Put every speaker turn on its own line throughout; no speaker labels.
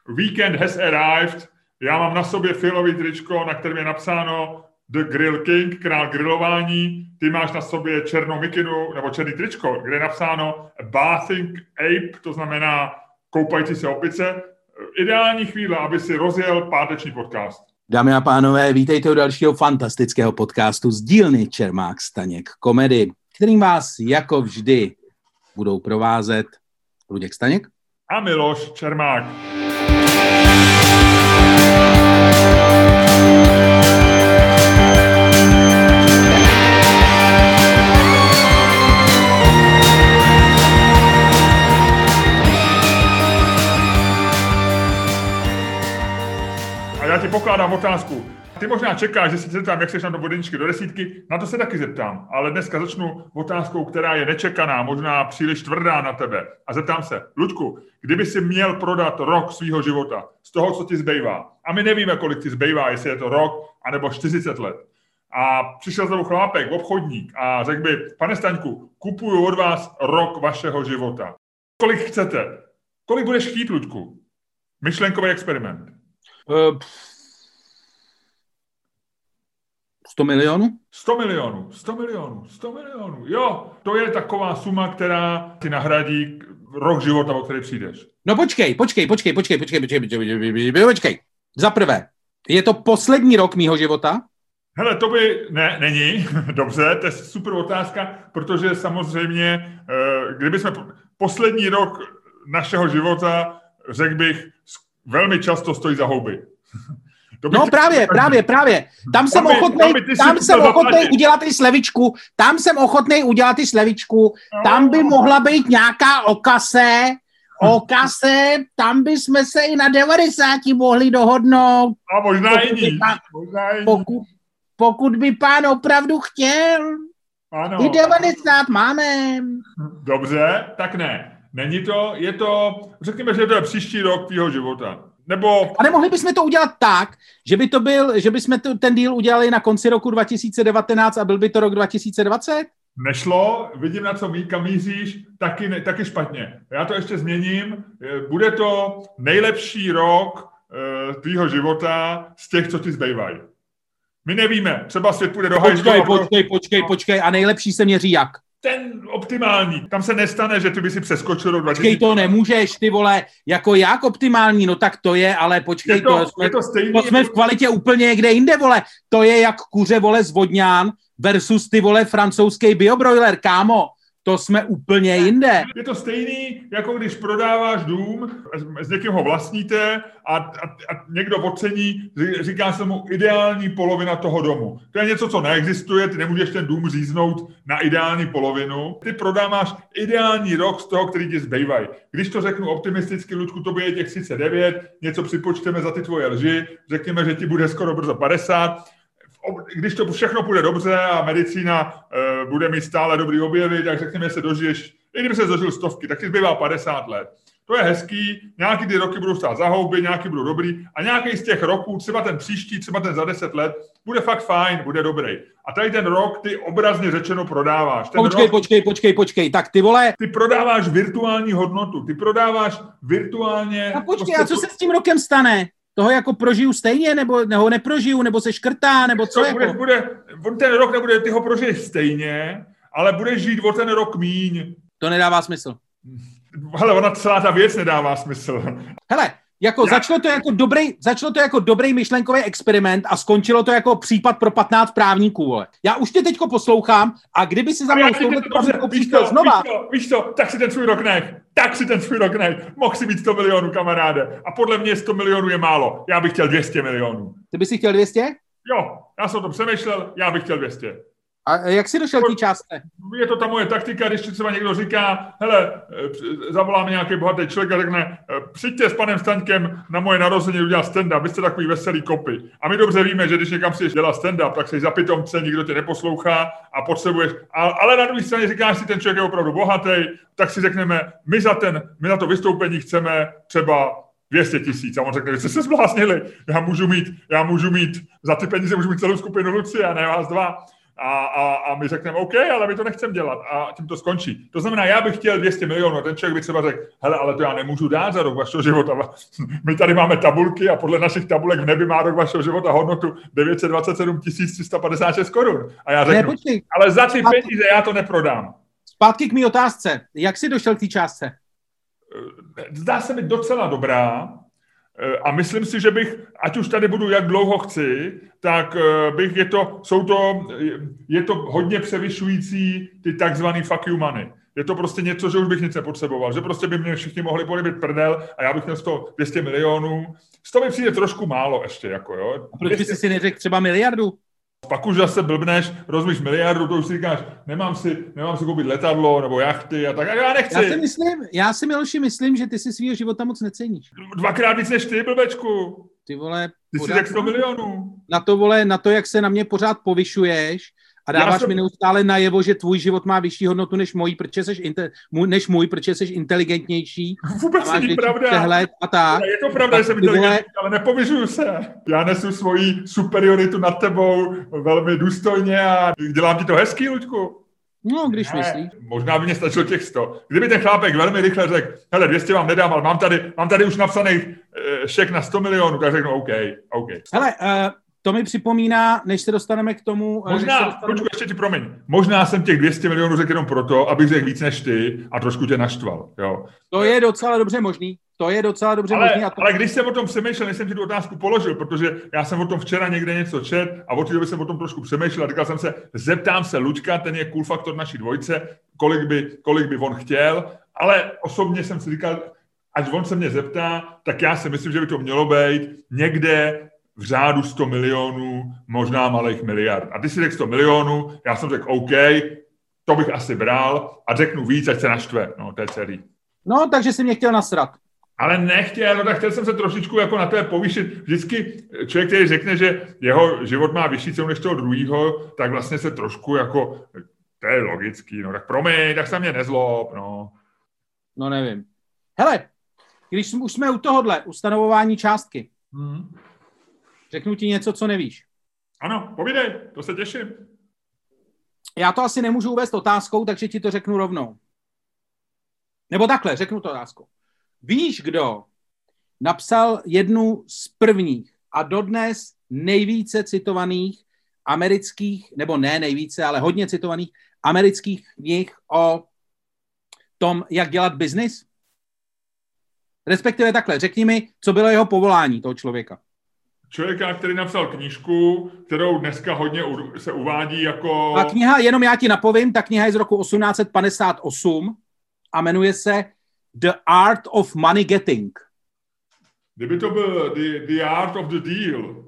Weekend has arrived. Já mám na sobě fialový tričko, na kterém je napsáno The Grill King, král grilování. Ty máš na sobě černou mikinu, nebo černý tričko, kde je napsáno Bathing Ape, to znamená koupající se opice. Ideální chvíle, aby si rozjel páteční podcast.
Dámy a pánové, vítejte u dalšího fantastického podcastu z dílny Čermák Staněk Komedy, kterým vás jako vždy budou provázet Luděk Staněk
a Miloš Čermák. Já ti pokládám otázku. Ty možná čekáš, že se zeptám, jak seš na to bodeničky do desítky, na to se taky zeptám, ale dneska začnu otázkou, která je nečekaná, možná příliš tvrdá na tebe. A zeptám se, Luďku, kdyby si měl prodat rok svýho života, z toho, co ti zbývá, a my nevíme, kolik ti zbývá, jestli je to rok, anebo 40 let, a přišel znovu chlápek, obchodník a řekl by, pane Staňku, kupuju od vás rok vašeho života. Kolik chcete? Kolik budeš chtít, Luďku? Myšlenkový experiment.
100 milionů?
100 milionů. Jo, to je taková suma, která ti nahradí rok života, o který přijdeš.
No počkej. Za prvé, je to poslední rok mýho života?
Hele, to by není. Dobře, to je super otázka, protože samozřejmě, kdybychom poslední rok našeho života, řekl bych, velmi často stojí za houby.
No právě. Tam jsem ochotnej udělat i slevičku. Tam by mohla být nějaká okase, tam by jsme se i na 90 mohli dohodnout.
A možná i ní.
Pokud by pán opravdu chtěl.
Ano.
I 90 máme.
Dobře, tak ne. Není to, je to, řekněme, že to je příští rok tvýho života. Nebo...
A nemohli bychom to udělat tak, že bychom ten deal udělali na konci roku 2019 a byl by to rok 2020?
Nešlo, vidím, na co kam míříš, taky špatně. Já to ještě změním. Bude to nejlepší rok tvýho života z těch, co ti zbývají. My nevíme, třeba svět půjde do hajzlu.
Počkej, a nejlepší se měří jak?
Ten optimální. Tam se nestane, že ty by si přeskočil do 20.
Počkej, to nemůžeš, ty vole, jako jak optimální, no tak to je, ale počkej, to jsme v kvalitě úplně někde jinde, vole. To je jak kuře, vole, z Vodňán versus ty, vole, francouzský biobroiler, kámo. To jsme úplně jinde.
Je to stejný, jako když prodáváš dům, s někým ho vlastníte a někdo ocení, říká se mu ideální polovina toho domu. To je něco, co neexistuje, ty nemůžeš ten dům říznout na ideální polovinu. Ty prodáváš ideální rok z toho, který ti zbývají. Když to řeknu optimisticky, Luďku, to bude těch 39, něco připočteme za ty tvoje lži, řekněme, že ti bude skoro brzo 50. Když to všechno půjde dobře a medicína bude mít stále dobrý objevy, tak řekněme, že se dožiješ, i kdyby se dožil 100, tak si zbývá 50 let. To je hezký, nějaký ty roky budou stát za houby, nějaký budou dobrý a nějaký z těch roků, třeba ten příští, třeba ten za 10 let, bude fakt fajn, bude dobrý. A tady ten rok ty obrazně řečeno prodáváš.
Počkej, tak ty vole...
Ty prodáváš virtuální hodnotu, ty prodáváš virtuálně...
A počkej, a co se s tím rokem stane? Toho jako prožiju stejně, nebo ho neprožiju, nebo se škrtá, nebo co?
Ten rok nebude, ty ho prožiješ stejně, ale budeš žít o ten rok míň.
To nedává smysl.
Hele, ona celá ta věc nedává smysl.
Hele, začalo to jako dobrý myšlenkový experiment a skončilo to jako případ pro 15 právníků, vole. Já už tě teďko poslouchám a kdyby si za mnou s touhle právníkou přišel znova...
Víš to, tak si ten svůj rok nech. Mohl si mít 100 milionů, kamaráde. A podle mě 100 milionů je málo. Já bych chtěl 200 milionů.
Ty bys si chtěl 200?
Jo, já jsem o tom přemýšlel, já bych chtěl 200.
A jak jsi došel k té částce?
Je to ta moje taktika, když třeba někdo říká, hele, zavoláme nějaký bohatý člověk a řekne, přijďte s panem Staňkem na moje narozeniny udělat stand-up, vy jste takový veselý kopy. A my dobře víme, že když někam si dělat stand-up, tak jsi za pitomce, nikdo tě neposlouchá a potřebuješ. Ale na druhé straně říkáš si, ten člověk je opravdu bohatý, tak si řekneme, my za to vystoupení chceme třeba 200 000. A on řekne, vy jste se zbláznili, já můžu mít za ty peníze můžu mít celou skupinu Lucie a ne vás dva. A my řekneme, OK, ale my to nechceme dělat a tím to skončí. To znamená, já bych chtěl 200 milionů a ten člověk by třeba řekl, hele, ale to já nemůžu dát za rok vašeho života. My tady máme tabulky a podle našich tabulek v nebi má rok vašeho života hodnotu 927 356 korun. A já řeknu, ale za ty peníze já to neprodám.
Zpátky k mý otázce. Jak jsi došel k té částce?
Zdá se mi docela dobrá a myslím si, že bych, ať už tady budu jak dlouho chci, tak bych je to hodně převyšující ty takzvaný fuck you money. Je to prostě něco, že už bych nic nepotřeboval, že prostě by mě všichni mohli polibit prdel a já bych měl 200 milionů. 100 mi přijde trošku málo ještě, jako jo.
A proč by si neřekl třeba miliardu?
Pak už zase blbneš, rozumíš miliardu, to už si říkáš, nemám si koupit letadlo nebo jachty a tak, a já nechci.
Já si Miloši myslím, že ty si svýho života moc neceníš.
2x víc než ty, blbečku.
Ty vole,
ty si řekl 100 milionů.
Na to, jak se na mě pořád povyšuješ a dáváš mi neustále najevo, že tvůj život má vyšší hodnotu než můj, protože jsi inteligentnější.
Vůbec není pravda.
A tak.
Je to pravda, že jsem inteligentní, ale nepovyšuju se. Já nesu svoji superioritu nad tebou velmi důstojně a dělám ti to hezký, Luďku.
No, když myslíš.
Možná by mě stačilo těch 100. Kdyby ten chlápek velmi rychle řekl, hele, 200 vám nedám, ale mám tady už napsaný šek na 100 milionů, tak řeknu OK.
Hele, to mi připomíná, než se dostaneme k tomu...
Ještě ti promiň. Možná jsem těch 200 milionů řekl jenom proto, abych řekl víc než ty a trošku tě naštval. Jo.
To je docela dobře možný.
Ale když jsem o tom přemýšlel, než jsem ti tu otázku položil, protože já jsem o tom včera někde něco čet a od té doby jsem o tom trošku přemýšlel a říkal jsem se, zeptám se Luďka, ten je cool faktor naší dvojce, kolik by on chtěl, ale osobně jsem si říkal, až on se mě zeptá, tak já si myslím, že by to mělo být někde v řádu 100 milionů, možná malých miliard. A ty si řekl 100 milionů, já jsem řekl OK, to bych asi bral a řeknu víc, ať se naštve. No, to je celý.
No, takže jsi mě chtěl nasrat.
Ale nechtěl, tak chtěl jsem se trošičku jako na to povýšit. Vždycky člověk, který řekne, že jeho život má vyšší cenu než toho druhýho, tak vlastně se trošku jako, to je logický, no tak promiň, tak se mě nezlob, no.
No nevím. Hele, když už jsme u tohohle, ustanovování částky, řeknu ti něco, co nevíš.
Ano, povídej, to se těším.
Já to asi nemůžu uvést otázkou, takže ti to řeknu rovnou. Nebo takhle, řeknu to otázkou. Víš, kdo napsal jednu z prvních a dodnes nejvíce citovaných amerických, nebo ne nejvíce, ale hodně citovaných amerických knih o tom, jak dělat biznis? Respektive takhle, řekni mi, co bylo jeho povolání, toho člověka.
Člověka, který napsal knížku, kterou dneska hodně se uvádí jako...
A kniha, jenom já ti napovím, ta kniha je z roku 1858 a jmenuje se The Art of Money Getting.
Kdyby to byl the Art of the Deal,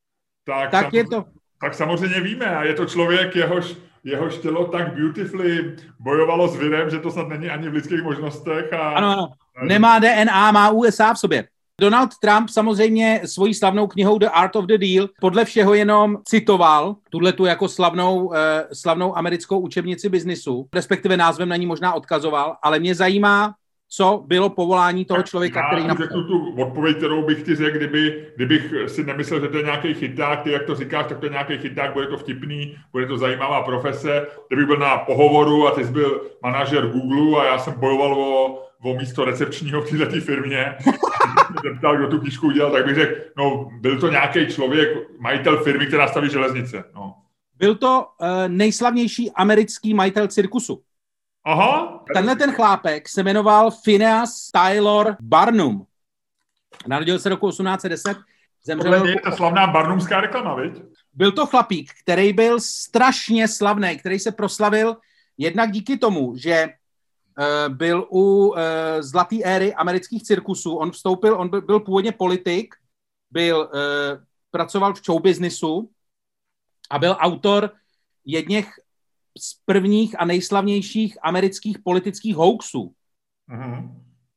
tak samozřejmě víme. A je to člověk, jehož tělo tak beautifully bojovalo s virem, že to snad není ani v lidských možnostech.
Ano. Nemá DNA, má USA v sobě. Donald Trump samozřejmě svojí slavnou knihou The Art of the Deal podle všeho jenom citoval tuhletu jako slavnou americkou učebnici biznisu, respektive názvem na ní možná odkazoval, ale mě zajímá, co bylo povolání toho člověka, který napsal.
Řeknu tu odpověď, kterou bych ti řekl, kdybych si nemyslel, že to je nějaký chyták, ty jak to říkáš, tak to je nějaký chyták, bude to vtipný, bude to zajímavá profese. Kdybych byl na pohovoru a ty jsi byl manažer Google a já jsem bojoval o místo recepčního v této firmě, zeptal, kdo tu knížku udělal, tak bych řekl, no, byl to nějaký člověk, majitel firmy, která staví železnice. No.
Byl to nejslavnější americký majitel cirkusu.
Aha.
Tenhle ten chlápek se jmenoval Phineas Taylor Barnum. Narodil se roku 1810.
Tohle je ta slavná barnumská reklama, viď?
Byl to chlapík, který byl strašně slavný, který se proslavil jednak díky tomu, že byl u zlaté éry amerických cirkusů. On byl původně politik, pracoval v showbiznisu a byl autor jedněch z prvních a nejslavnějších amerických politických hoaxů. Uh-huh.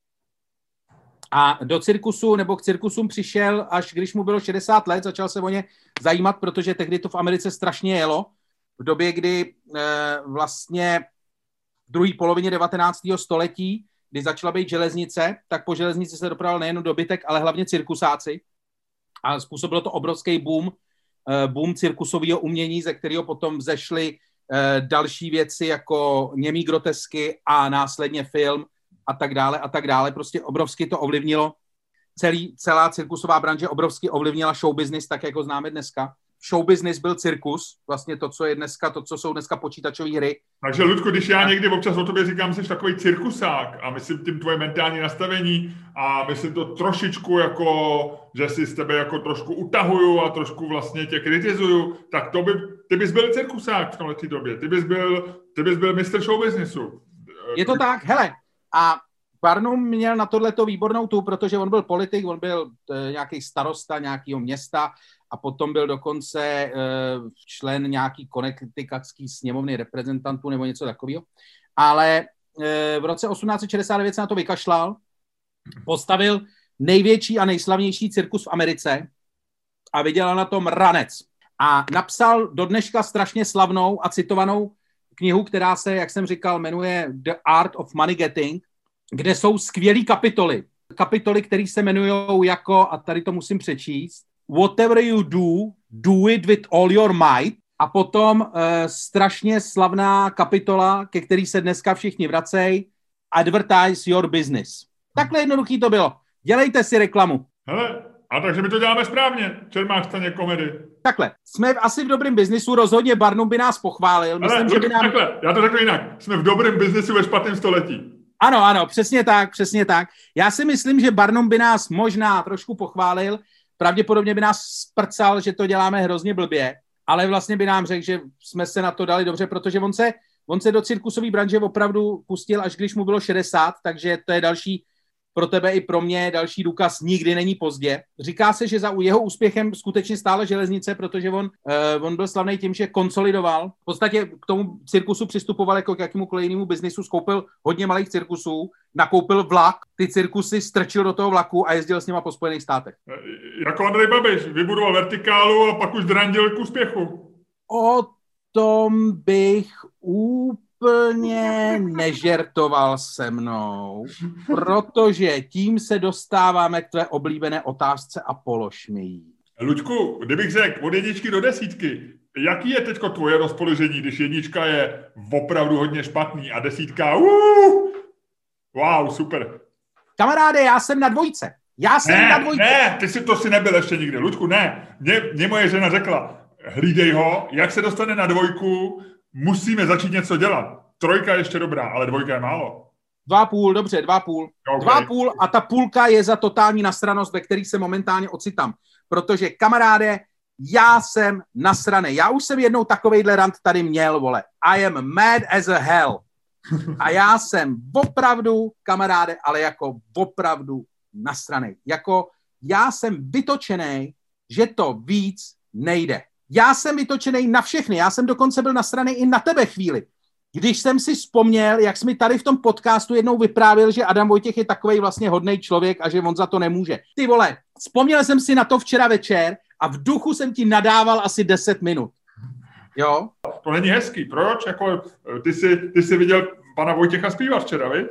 A do cirkusu, nebo k cirkusům přišel, až když mu bylo 60 let, začal se o ně zajímat, protože tehdy to v Americe strašně jelo. V době, kdy vlastně v druhé polovině 19. století, kdy začala být železnice, tak po železnici se dopravil nejen dobytek, ale hlavně cirkusáci. A způsobilo to obrovský boom boom cirkusového umění, ze kterého potom vzešly další věci jako němý grotesky a následně film a tak dále. Prostě obrovsky to ovlivnilo. Celá cirkusová branže obrovsky ovlivnila showbusiness, tak jako známe dneska. Showbusiness byl cirkus, vlastně to, co je dneska, to, co jsou dneska počítačové hry.
Takže, Ludku, když já někdy občas o tobě říkám, že jsi takový cirkusák a myslím tím tvoje mentální nastavení a myslím to trošičku jako, že si z tebe jako trošku utahuju a trošku vlastně tě kritizuju, tak ty bys byl cirkusák v tomhle době. Ty bys byl mistr showbusinessu.
Je to tak, hele. A Barnum měl na tohleto výbornou protože on byl politik, on byl nějaký starosta nějakého města a potom byl dokonce člen nějaký Connecticutský sněmovny reprezentantů nebo něco takového. Ale v roce 1869 se na to vykašlal, postavil největší a nejslavnější cirkus v Americe a vydělal na tom ranec. A napsal do dneška strašně slavnou a citovanou knihu, která se, jak jsem říkal, jmenuje The Art of Money Getting, kde jsou skvělý kapitoly. Kapitoly, které se jmenujou jako, a tady to musím přečíst, Whatever you do it with all your might. A potom strašně slavná kapitola, ke který se dneska všichni vracejí, Advertise your business. Takhle jednoduchý to bylo. Dělejte si reklamu.
Hele, a takže my to děláme správně. Čermák Staněk komedy.
Takhle, jsme asi v dobrém biznisu, rozhodně Barnum by nás pochválil. Myslím, že by nám...
Takhle, já to řeknu jinak. Jsme v dobrém biznisu ve špatném století.
Ano, přesně tak. Já si myslím, že Barnum by nás možná trošku pochválil, pravděpodobně by nás sprcal, že to děláme hrozně blbě, ale vlastně by nám řekl, že jsme se na to dali dobře, protože on se do cirkusové branže opravdu pustil, až když mu bylo 60, takže to je další pro tebe i pro mě další důkaz, nikdy není pozdě. Říká se, že za jeho úspěchem skutečně stála železnice, protože on byl slavný tím, že konsolidoval. V podstatě k tomu cirkusu přistupoval jako k jakémukoliv jinému biznisu, skoupil hodně malých cirkusů, nakoupil vlak, ty cirkusy strčil do toho vlaku a jezdil s nima po Spojených státech.
Jako Andrej Babiš, vybudoval vertikálu a pak už drandil k úspěchu.
O tom bych úplně nežertoval se mnou, protože tím se dostáváme k tvé oblíbené otázce a polož mi ji.
Luďku, kdybych řekl od 1 do 10, jaký je teďko tvoje rozpoložení, když 1 je opravdu hodně špatný a 10 wow, super.
Kamaráde, já jsem na 2.
Ne, to si nebyl ještě nikdy. Luďku, ne. Mě moje žena řekla, hlídej ho, jak se dostane na 2, musíme začít něco dělat. 3 je ještě dobrá, ale 2 je málo.
2,5, dobře, 2,5. Okay. 2,5 a ta půlka je za totální nasranost, ve který se momentálně ocitám. Protože, kamaráde, já jsem nasranej. Já už jsem jednou takovejhle rant tady měl, vole. I am mad as a hell. A já jsem opravdu, kamaráde, ale jako opravdu nasranej. Jako já jsem vytočenej, že to víc nejde. Já jsem vytočenej na všechny. Já jsem dokonce byl nasranej i na tebe chvíli. Když jsem si vzpomněl, jak jsi mi tady v tom podcastu jednou vyprávěl, že Adam Vojtěch je takovej vlastně hodnej člověk a že on za to nemůže. Ty vole, vzpomněl jsem si na to včera večer a v duchu jsem ti nadával asi 10 minut. Jo?
To není hezký. Proč? Jako, ty jsi viděl pana Vojtěcha zpívat včera, viď?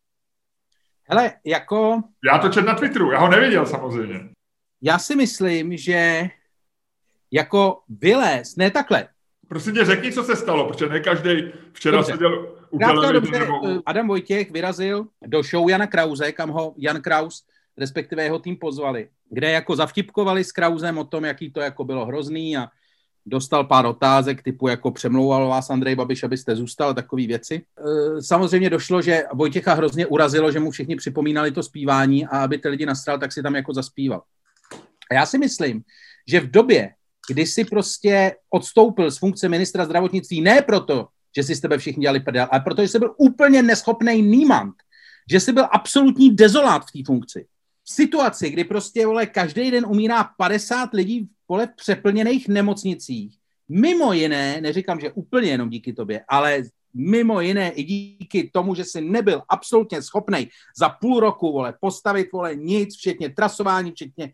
Hele, jako...
Já to četl na Twitteru, já ho neviděl samozřejmě.
Já si myslím, že jako vylez, ne takhle.
Prosím tě, řekni, co se stalo, protože ne každý včera seděl u televize.
Adam Vojtěch vyrazil do show Jana Krause, kam ho Jan Kraus, respektive jeho tým pozvali, kde jako zavtipkovali s Krausem o tom, jaký to jako bylo hrozný a dostal pár otázek typu jako přemlouval vás Andrej Babiš, abyste zůstal, takový věci. Samozřejmě došlo, že Vojtěcha hrozně urazilo, že mu všichni připomínali to zpívání a aby ty lidi nasral, tak si tam jako zaspíval. A já si myslím, že v době, kdy si prostě odstoupil z funkce ministra zdravotnictví, ne proto, že si s tebe všichni dělali prdel, ale protože jsi byl úplně neschopnej nímant, že jsi byl absolutní dezolát v té funkci. V situaci, kdy prostě, vole, každý den umírá 50 lidí v přeplněných nemocnicích, mimo jiné, neříkám, že úplně jenom díky tobě, ale mimo jiné i díky tomu, že jsi nebyl absolutně schopnej za půl roku, vole, postavit, vole, nic, včetně trasování, včetně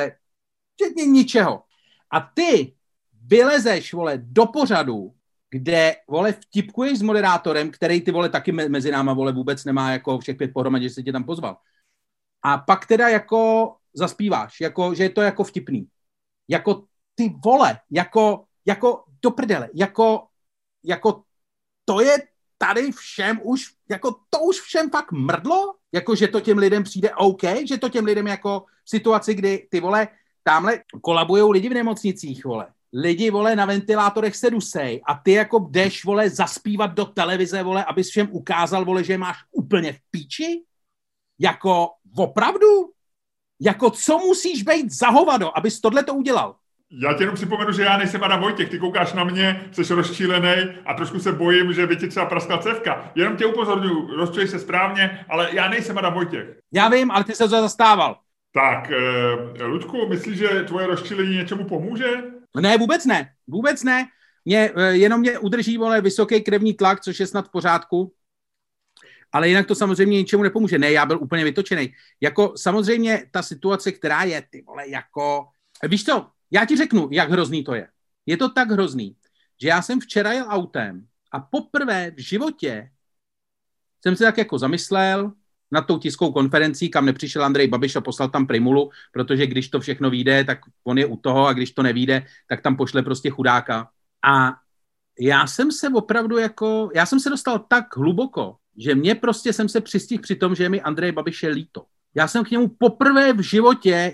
ničeho. A ty vylezeš, vole, do pořadu, kde, vole, vtipkuješ s moderátorem, který ty, vole, taky mezi náma, vole, vůbec nemá jako všech 5 pohromadě, že jsi tě tam pozval. A pak teda jako zaspíváš, jako, že je to jako vtipný. Jako ty vole, jako do prdele, jako to je tady všem už, jako to už všem fakt mrdlo, jako že to těm lidem přijde OK, že to těm lidem jako v situaci, kdy ty vole, tamhle kolabujou lidi v nemocnicích, vole. Lidi, vole, na ventilátorech se dusej a ty jako jdeš, vole, zaspívat do televize, vole, abys všem ukázal, vole, že máš úplně v píči? Jako opravdu? Jako co musíš být za hovado, abys tohleto udělal?
Já ti jenom připomenu, že já nejsem Adam Vojtěch, ty koukáš na mě, jsi rozčílenej a trošku se bojím, že by ti třeba praskla cévka. Jenom tě upozorňuji, rozčuj se správně, ale já nejsem Adam Vojtěch.
Já vím, ale ty se to zastával.
Tak, Luďku, myslíš, že tvoje rozčílení něčemu pomůže?
Ne, vůbec ne. Jenom mě udrží, vole, vysoký krevní tlak, což je snad v pořádku. Ale jinak to samozřejmě ničemu nepomůže. Ne, já byl úplně vytočený. Jako samozřejmě ta situace, která je, ty vole, jako... Víš co, já ti řeknu, jak hrozný to je. Je to tak hrozný, že já jsem včera jel autem a poprvé v životě jsem se tak jako zamyslel nad tou tiskovou konferencí, kam nepřišel Andrej Babiš a poslal tam Primulu, protože když to všechno vyjde, tak on je u toho a když to nevyjde, tak tam pošle prostě chudáka. A já jsem se opravdu jako, já jsem se dostal tak hluboko, že mě prostě jsem se přistihl při tom, že je mi Andrej Babiš je líto. Já jsem k němu poprvé v životě,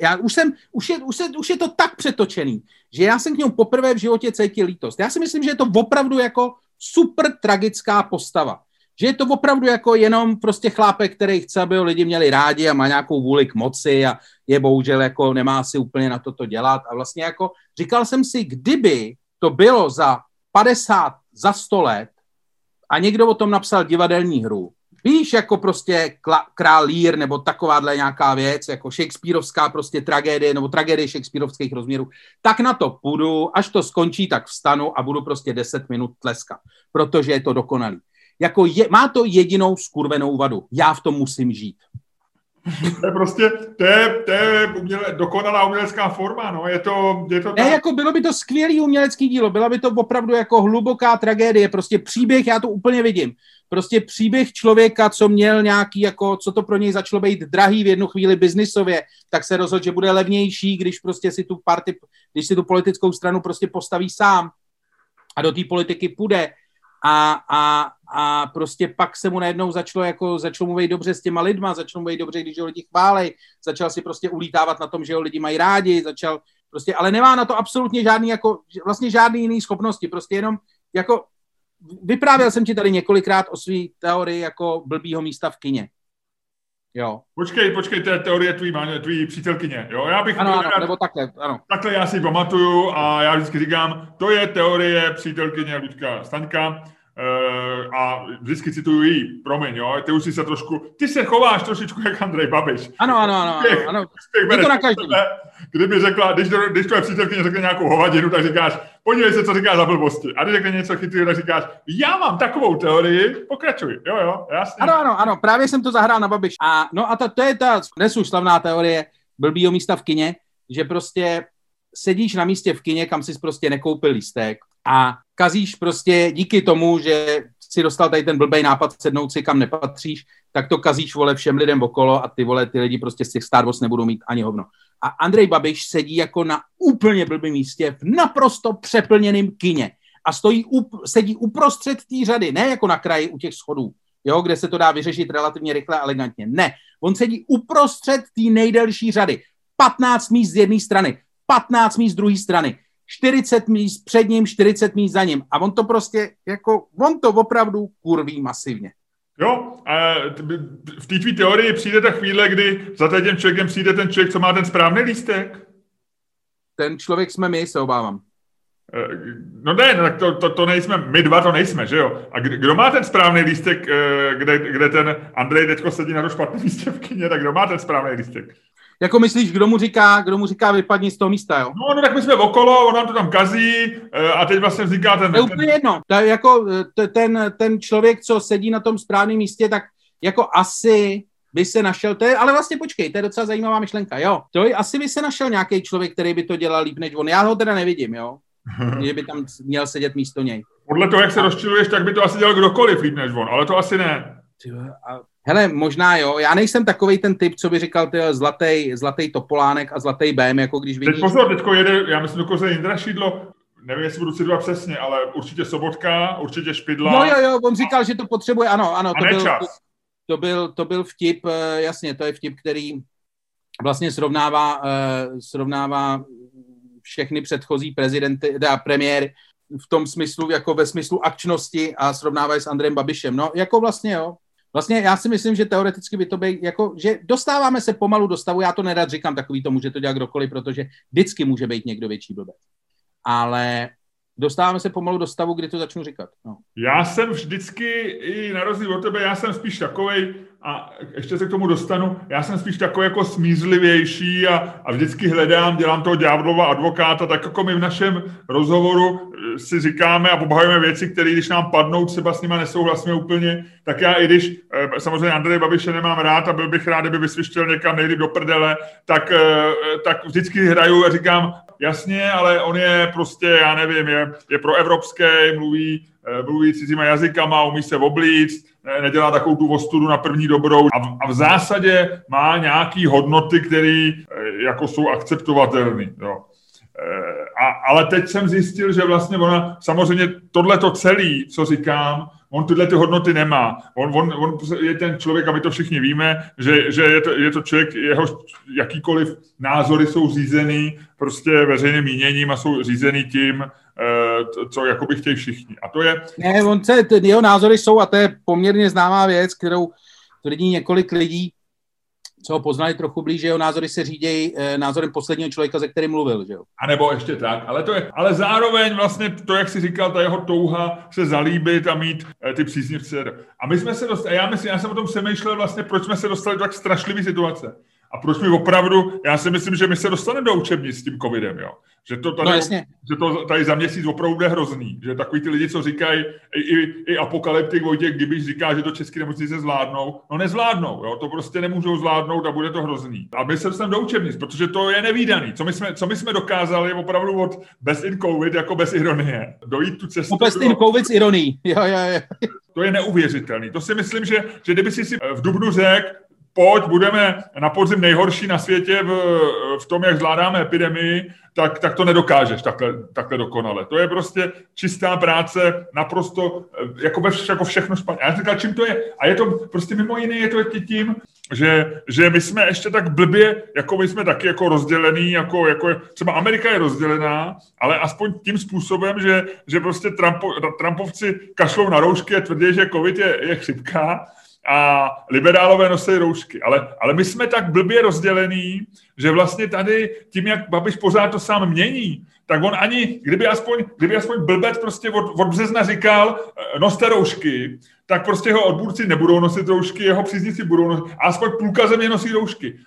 už je to tak přetočený, že já jsem k němu poprvé v životě cítil lítost. Já si myslím, že je to opravdu jako super tragická postava. Že je to opravdu jako jenom prostě chlápek, který chce, aby ho lidi měli rádi a má nějakou vůli k moci a je bohužel jako nemá si úplně na to dělat. A vlastně jako říkal jsem si, kdyby to bylo za 50, za 100 let a někdo o tom napsal divadelní hru, víš, jako prostě Král Lear nebo takováhle nějaká věc, jako shakespearovská prostě tragédie nebo tragédie shakespearovských rozměrů, tak na to půjdu, až to skončí, tak vstanu a budu prostě 10 minut tleskat, protože je to dokonalý. Jako má to jedinou skurvenou vadu. Já v tom musím žít.
To je prostě, to je dokonalá umělecká forma, no, je to tak.
Ne, jako bylo by to skvělý umělecký dílo, byla by to opravdu jako hluboká tragédie, prostě příběh, já to úplně vidím, prostě příběh člověka, co měl nějaký, jako, co to pro něj začalo být drahý v jednu chvíli biznisově, tak se rozhodl, že bude levnější, když prostě když si tu politickou stranu prostě postaví sám a do té politiky půjde. A prostě pak se mu najednou začalo mu být dobře s těma lidma, začalo mu být dobře, když ho lidi chválej, začal si prostě ulítávat na tom, že ho lidi mají rádi, ale nemá na to absolutně vlastně žádný jiný schopnosti, prostě jenom jako vyprávěl jsem ti tady několikrát o své teorii jako blbýho místa v kině. Jo.
Počkej, to je teorie tvý přítelkyně, jo? Já bych
ano, nebo takhle, ano.
Takhle já si pamatuju a já vždycky říkám, to je teorie přítelkyně Luďka Staňka a vždycky cituju jí, promiň, jo? Ty se chováš trošičku jak Andrej Babiš.
Ano. Je to na každém.
Kdyby řekla, když tvoje přítelkyně řekne nějakou hovadinu, tak říkáš, podívej se, co říká za blbosti. A když řekne něco chytrého, tak říkáš, já mám takovou teorii, pokračuj. Jo, jasně.
Ano, právě jsem to zahrál na Babiš. A to je ta dnes už slavná teorie blbýho místa v kině, že prostě sedíš na místě v kině, kam jsi prostě nekoupil lístek a kazíš prostě díky tomu, že si dostal tady ten blbej nápad sednout si, kam nepatříš, tak to kazíš, vole, všem lidem okolo a ty lidi prostě z těch Star Wars nebudou mít ani hovno. A Andrej Babiš sedí jako na úplně blbém místě v naprosto přeplněném kině a sedí uprostřed té řady, ne jako na kraji u těch schodů, jo, kde se to dá vyřešit relativně rychle a elegantně. Ne, on sedí uprostřed té nejdelší řady. 15 míst z jedné strany, 15 míst z druhé strany, 40 míst před ním, 40 míst za ním. A on to prostě, on to opravdu kurví masivně.
Jo, a v té tvý teorii přijde ta chvíle, kdy za tím člověkem přijde ten člověk, co má ten správný lístek?
Ten člověk jsme my, se obávám.
No ne, tak to nejsme, my dva to nejsme, že jo? A kdo má ten správný lístek, kde ten Andrej teďko sedí na to špatné místě v kině, tak kdo má ten správný lístek?
Jako myslíš, kdo mu říká vypadni z toho místa, jo?
No tak my jsme okolo, on nám to tam kazí a teď vlastně vzniká ten...
To je úplně jedno. Jako ten člověk, co sedí na tom správném místě, tak jako asi by se našel, ale vlastně počkej, to je docela zajímavá myšlenka, jo. Asi by se našel nějaký člověk, který by to dělal líp než on. Já ho teda nevidím, jo. Že by tam měl sedět místo něj.
Podle toho, jak se rozčiluješ, tak by to asi dělal kdokoliv líp než on, ale to asi ne.
Hele, možná jo, já nejsem takovej ten typ, co by říkal zlatý Topolánek a zlatý BM, jako když vidíš...
Teď pozor, teďko jede, já myslím dokonce Jindra Šídlo, nevím, jestli budu citovat přesně, ale určitě Sobotka, určitě Špidla.
Jo, on říkal, že to potřebuje, ano, to byl vtip, jasně, to je vtip, který vlastně srovnává všechny předchozí prezidenty, premiéry v tom smyslu, jako ve smyslu akčnosti a srovnávají s Andrejem Babišem. No, jako vlastně jo. Vlastně já si myslím, že teoreticky by to být, jako, že dostáváme se pomalu do stavu, já to nerad říkám takový to, může to dělat kdokoliv, protože vždycky může být někdo větší blbec. Ale dostáváme se pomalu do stavu, kdy to začnu říkat. No.
Já jsem vždycky, i na rozdíl od tebe, já jsem spíš takovej, a ještě se k tomu dostanu, já jsem spíš takový jako smířlivější a vždycky dělám toho ďáblova advokáta, tak jako my v našem rozhovoru si říkáme a obhajujeme věci, které když nám padnou, třeba s nima nesouhlasíme úplně, tak já i když samozřejmě Andreje Babiše nemám rád a byl bych rád, kdyby vysvištěl někam nejlíp do prdele, tak vždycky hraju a říkám, jasně, ale on je prostě, já nevím, je proevropský, mluví cizíma jazykama, umí se oblíct, nedělá takovou tu ostudu na první dobrou a v zásadě má nějaký hodnoty, které jako jsou akceptovatelné. Ale teď jsem zjistil, že vlastně ona, samozřejmě tohleto celý, co říkám, on tyhle ty hodnoty nemá. On je ten člověk, a my to všichni víme, že je to člověk, jeho jakýkoliv názory jsou řízený prostě veřejným míněním a jsou řízený tím, co jakoby chtějí všichni. A to je...
Ne, jeho názory jsou, a to je poměrně známá věc, kterou tvrdí několik lidí, co ho poznali trochu blíž, že jeho názory se řídějí názorem posledního člověka, ze kterým mluvil, že jo?
A nebo ještě tak, ale zároveň vlastně to, jak jsi říkal, ta jeho touha se zalíbit a mít ty příznivce. A my jsme se dostali, já jsem o tom přemýšlel vlastně, proč jsme se dostali do tak strašlivý situace. A proč mi opravdu, já si myslím, že my se dostaneme do učebnic s tím covidem, jo. Že to tady za měsíc opravdu bude hrozný. Že takový ty lidi, co říkají, i apokalyptik Vojtěch Gibiš říká, že to české nemocnice zvládnou. No nezvládnou, jo. To prostě nemůžou zvládnout a bude to hrozný. A my se dostaneme do učebnic, protože to je nevídaný. Co my jsme dokázali opravdu od bez in covid, jako bez ironie, dojít tu cestu.
Bez in covid s ironií. Jo.
To je neuvěřitelný. To si myslím, že kdyby si v dubnu řekl, pojď, budeme na podzim nejhorší na světě v tom, jak zvládáme epidemii, tak to nedokážeš takhle dokonale. To je prostě čistá práce, naprosto jako všechno špatně. A já říkal, čím to je? A je to prostě mimo jiné, je to tím, že my jsme ještě tak blbě, jako my jsme taky jako rozdělený, jako třeba Amerika je rozdělená, ale aspoň tím způsobem, že prostě Trumpovci kašlou na roušky a tvrdí, že covid je chřipka, a liberálové nosí roušky. Ale my jsme tak blbě rozdělení, že vlastně tady tím, jak Babiš pořád to sám mění, tak on ani, kdyby aspoň blbec prostě od března říkal noste roušky, tak prostě jeho odpůrci nebudou nosit roušky, jeho příznivci budou nosit, a aspoň půlka země nosí roušky.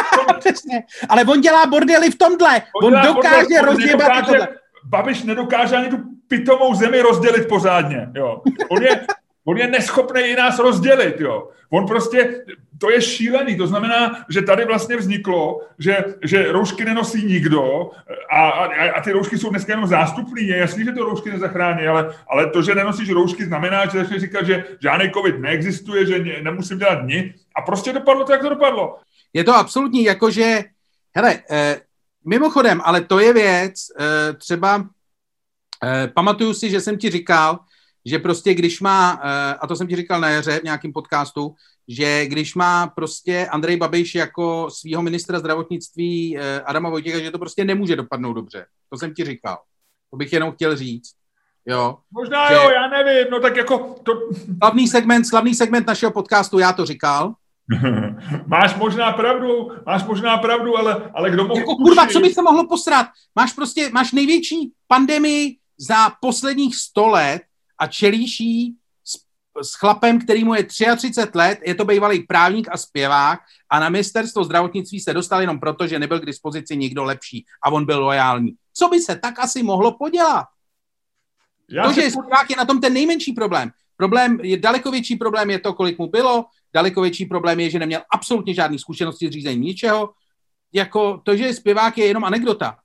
Ale on dělá bordely v tomhle. On dokáže rozdělat tohle.
Babiš nedokáže ani tu pitomou zemi rozdělit pořádně. Jo. On je neschopný i nás rozdělit, jo. On prostě, to je šílený, to znamená, že tady vlastně vzniklo, že roušky nenosí nikdo a ty roušky jsou dneska jenom zástupný, je jasný, že to roušky nezachrání, ale to, že nenosíš roušky, znamená, že začneš říkat, že žádný covid neexistuje, že nemusím dělat nic a prostě dopadlo to, jak to dopadlo.
Je to absolutní, jakože, hele, mimochodem, ale to je věc, třeba pamatuju si, že jsem ti říkal, že prostě když má, a to jsem ti říkal na jaře v nějakém podcastu, že když má prostě Andrej Babiš jako svýho ministra zdravotnictví Adama Vojtěcha, že to prostě nemůže dopadnout dobře. To jsem ti říkal. To bych jenom chtěl říct. Jo.
Možná že... jo, já nevím, no tak jako to...
Slavný segment našeho podcastu, já to říkal.
Máš možná pravdu, ale kdo mohl...
Jako kurva, co by se mohlo posrat? Máš největší pandemii za posledních 100 let a čelíš jí s chlapem, který mu je 33 let, je to bývalý právník a zpěvák a na ministerstvo zdravotnictví se dostal jenom proto, že nebyl k dispozici nikdo lepší a on byl loajální. Co by se tak asi mohlo podělat? To, že zpěvák je na tom ten nejmenší problém. Daleko větší problém je to, kolik mu bylo, daleko větší problém je, že neměl absolutně žádný zkušenosti s řízením ničeho. Jako to, že zpěvák je jenom anekdota.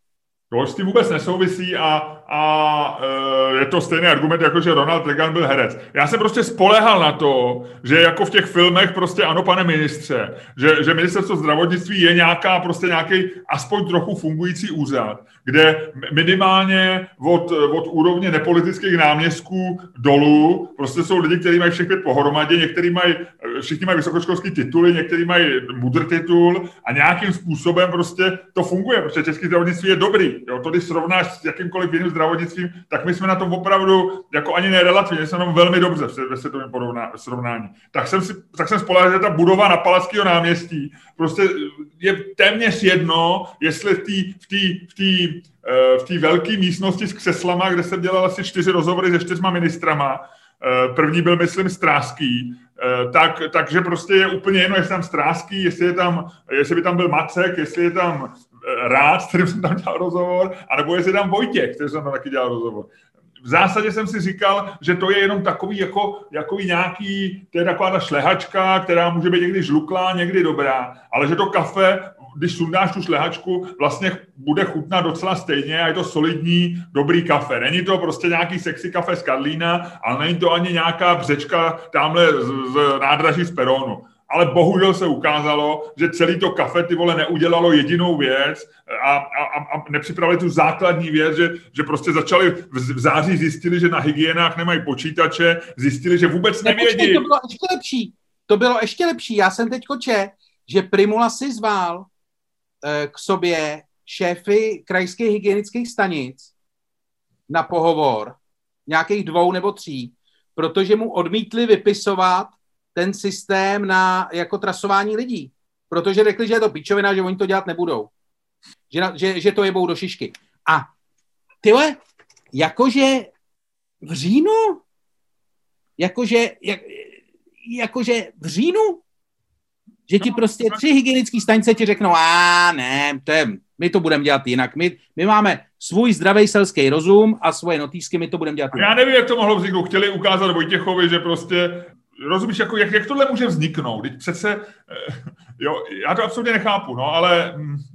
To s tím vůbec nesouvisí a je to stejný argument, jako že Ronald Reagan byl herec. Já jsem prostě spoléhal na to, že jako v těch filmech prostě ano, pane ministře, že ministerstvo zdravotnictví je nějaký aspoň trochu fungující úřad, kde minimálně od úrovně nepolitických náměstků dolů prostě jsou lidi, kteří mají všech 5 pohromadě, všichni mají vysokoškolský tituly, někteří mají mudr titul a nějakým způsobem prostě to funguje, protože české zdravotnictví je dobrý. Jo, to, když srovnáš s jakýmkoliv jiným zdravotnictvím, tak my jsme na tom opravdu jako ani ne relativně, jsme na tom velmi dobře ve světovém srovnání. Tak jsem spolehl, že ta budova na Palackého náměstí prostě je téměř jedno, jestli v té velké místnosti s křeslama, kde jsem dělal asi 4 rozhovory se 4 ministrama, první byl, myslím, Stráský, takže prostě je úplně jedno, jestli tam Stráský, jestli by tam byl Macek, jestli je tam Rád, s kterým jsem tam dělal rozhovor, anebo jestli tam Vojtěch, který jsem tam taky dělal rozhovor. V zásadě jsem si říkal, že to je jenom takový jako nějaký, to je taková ta šlehačka, která může být někdy žluklá, někdy dobrá, ale že to kafe, když sundáš tu šlehačku, vlastně bude chutnat docela stejně a je to solidní, dobrý kafe. Není to prostě nějaký sexy kafe z Karlína, ale není to ani nějaká břečka tamhle z nádraží z peronu. Ale bohužel se ukázalo, že celý to kafe, ty vole, neudělalo jedinou věc a nepřipravili tu základní věc, že prostě začali v září zjistili, že na hygienách nemají počítače, zjistili, že vůbec nevědí.
To bylo ještě lepší. Já jsem teď četl, že Primula si zval k sobě šéfy krajských hygienických stanic na pohovor, nějakých 2 nebo 3, protože mu odmítli vypisovat ten systém na jako trasování lidí. Protože řekli, že je to pičovina, že oni to dělat nebudou. Že to jebou do šišky. A tyhle, jakože v říjnu? Jakože v říjnu? Že ti prostě 3 hygienické stanice ti řeknou, ne, my to budeme dělat jinak. My máme svůj zdravý selský rozum a svoje notýsky, my to budeme dělat jinak.
Já nevím, jak to mohlo vzniknout. Chtěli ukázat Vojtěchovi, že prostě rozumíš, jako, jak tohle může vzniknout? Teď přece, jo, já to absolutně nechápu, no, ale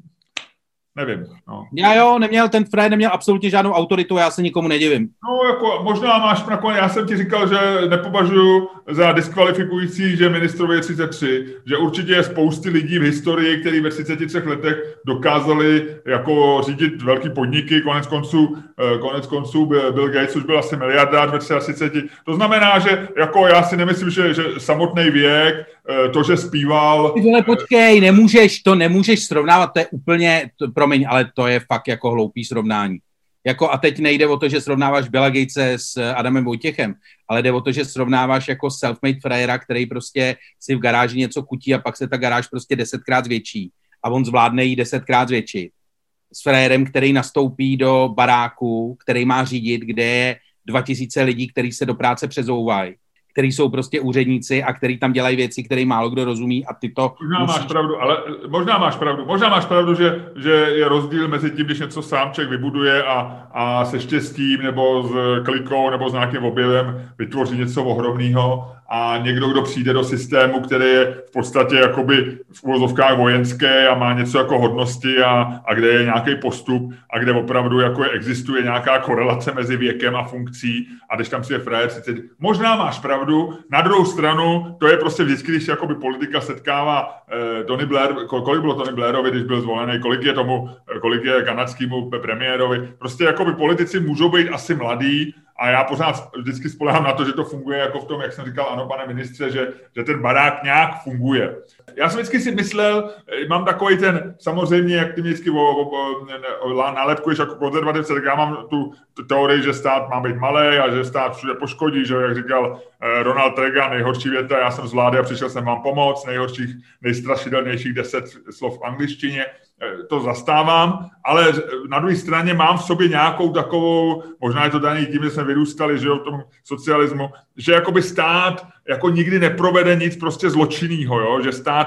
nevím. No.
Ten Fred neměl absolutně žádnou autoritu, já se nikomu nedivím.
No, jako, možná máš nakonec, já jsem ti říkal, že nepovažuji za diskvalifikující, že ministrovi je 33, že určitě je spousty lidí v historii, kteří ve 33 letech dokázali jako řídit velký podniky, konec konců Bill Gates už byl asi miliardář ve 33. To znamená, že jako já si nemyslím, že samotný věk, to, že zpíval...
Ty vole, počkej, nemůžeš srovnávat, to je úplně, promiň, ale to je fakt jako hloupý srovnání. Jako, a teď nejde o to, že srovnáváš Billa Gatese s Adamem Vojtěchem, ale jde o to, že srovnáváš jako self-made frajera, který prostě si v garáži něco kutí a pak se ta garáž prostě 10krát zvětší a on zvládne jí 10krát zvětšit. S frajerem, který nastoupí do baráku, který má řídit, kde je 2000 lidí, kteří se do práce přezouvají, který jsou prostě úředníci a který tam dělají věci, které málo kdo rozumí a ty to...
Možná máš pravdu, že je rozdíl mezi tím, když něco sám člověk vybuduje a se štěstím nebo s klikou nebo s nějakým objevem vytvoří něco ohromného a někdo, kdo přijde do systému, který je v podstatě jakoby v uvozovkách vojenské a má něco jako hodnosti a kde je nějaký postup a kde opravdu jako existuje nějaká korelace mezi věkem a funkcí a když tam si je frajer 30. Možná máš pravdu, na druhou stranu to je prostě vždycky, když jakoby politika setkává Tony Blair, kolik bylo Tony Blairovi, když byl zvolený, kolik je kanadskýmu premiérovi, prostě jakoby politici můžou být asi mladí, a já pořád vždycky spolehám na to, že to funguje jako v tom, jak jsem říkal, ano, pane ministře, že ten barák nějak funguje. Já jsem vždycky si myslel, mám takový ten, samozřejmě, jak ty mě vždycky nálepkuješ jako konzervativce, tak já mám tu teorii, že stát má být malý a že stát všude poškodí, že jak říkal Ronald Reagan, nejhorší věta, já jsem z vlády a přišel jsem vám pomoct, nejstrašidelnějších 10 slov v angličtině. To zastávám, ale na druhé straně mám v sobě nějakou takovou, možná je to daný tím, že jsme vyrůstali, že v tom socialismu, že jakoby stát jako nikdy neprovede nic prostě zločinnýho, jo?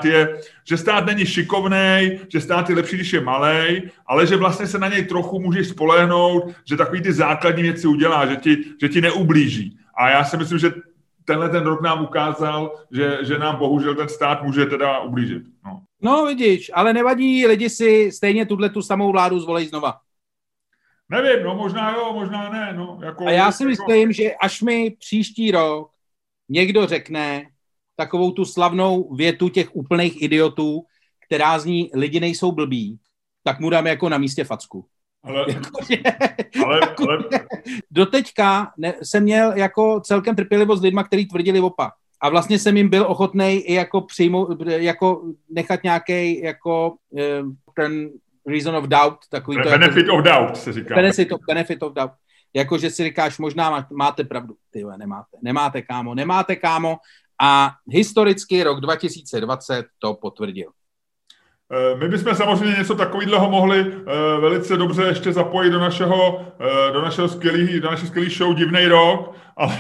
Že stát není šikovnej, že stát je lepší, když je malej, ale že vlastně se na něj trochu můžeš spolehnout, že takový ty základní věci udělá, že ti neublíží. A já si myslím, že tenhle ten rok nám ukázal, že nám bohužel ten stát může teda ublížit.
No vidíš, ale nevadí, lidi si stejně tu samou vládu zvolej znova.
Nevím, no možná jo, možná ne. No,
a já si myslím, že až mi příští rok někdo řekne takovou tu slavnou větu těch úplných idiotů, která zní lidi nejsou blbí, tak mu dám jako na místě facku. Ale doteďka jsem měl jako celkem trpělivost s lidma, kteří tvrdili opak. A vlastně jsem jim byl ochotnej i jako přijmout, jako nechat nějaký jako ten reason of doubt. Takový to
benefit jako, of doubt se říká.
Benefit of doubt. Jako, že si říkáš, možná máte pravdu. Tyhle, nemáte, kámo. A historicky rok 2020 to potvrdil.
My bychom samozřejmě něco takového mohli velice dobře ještě zapojit do našeho skvělý show Divnej rok,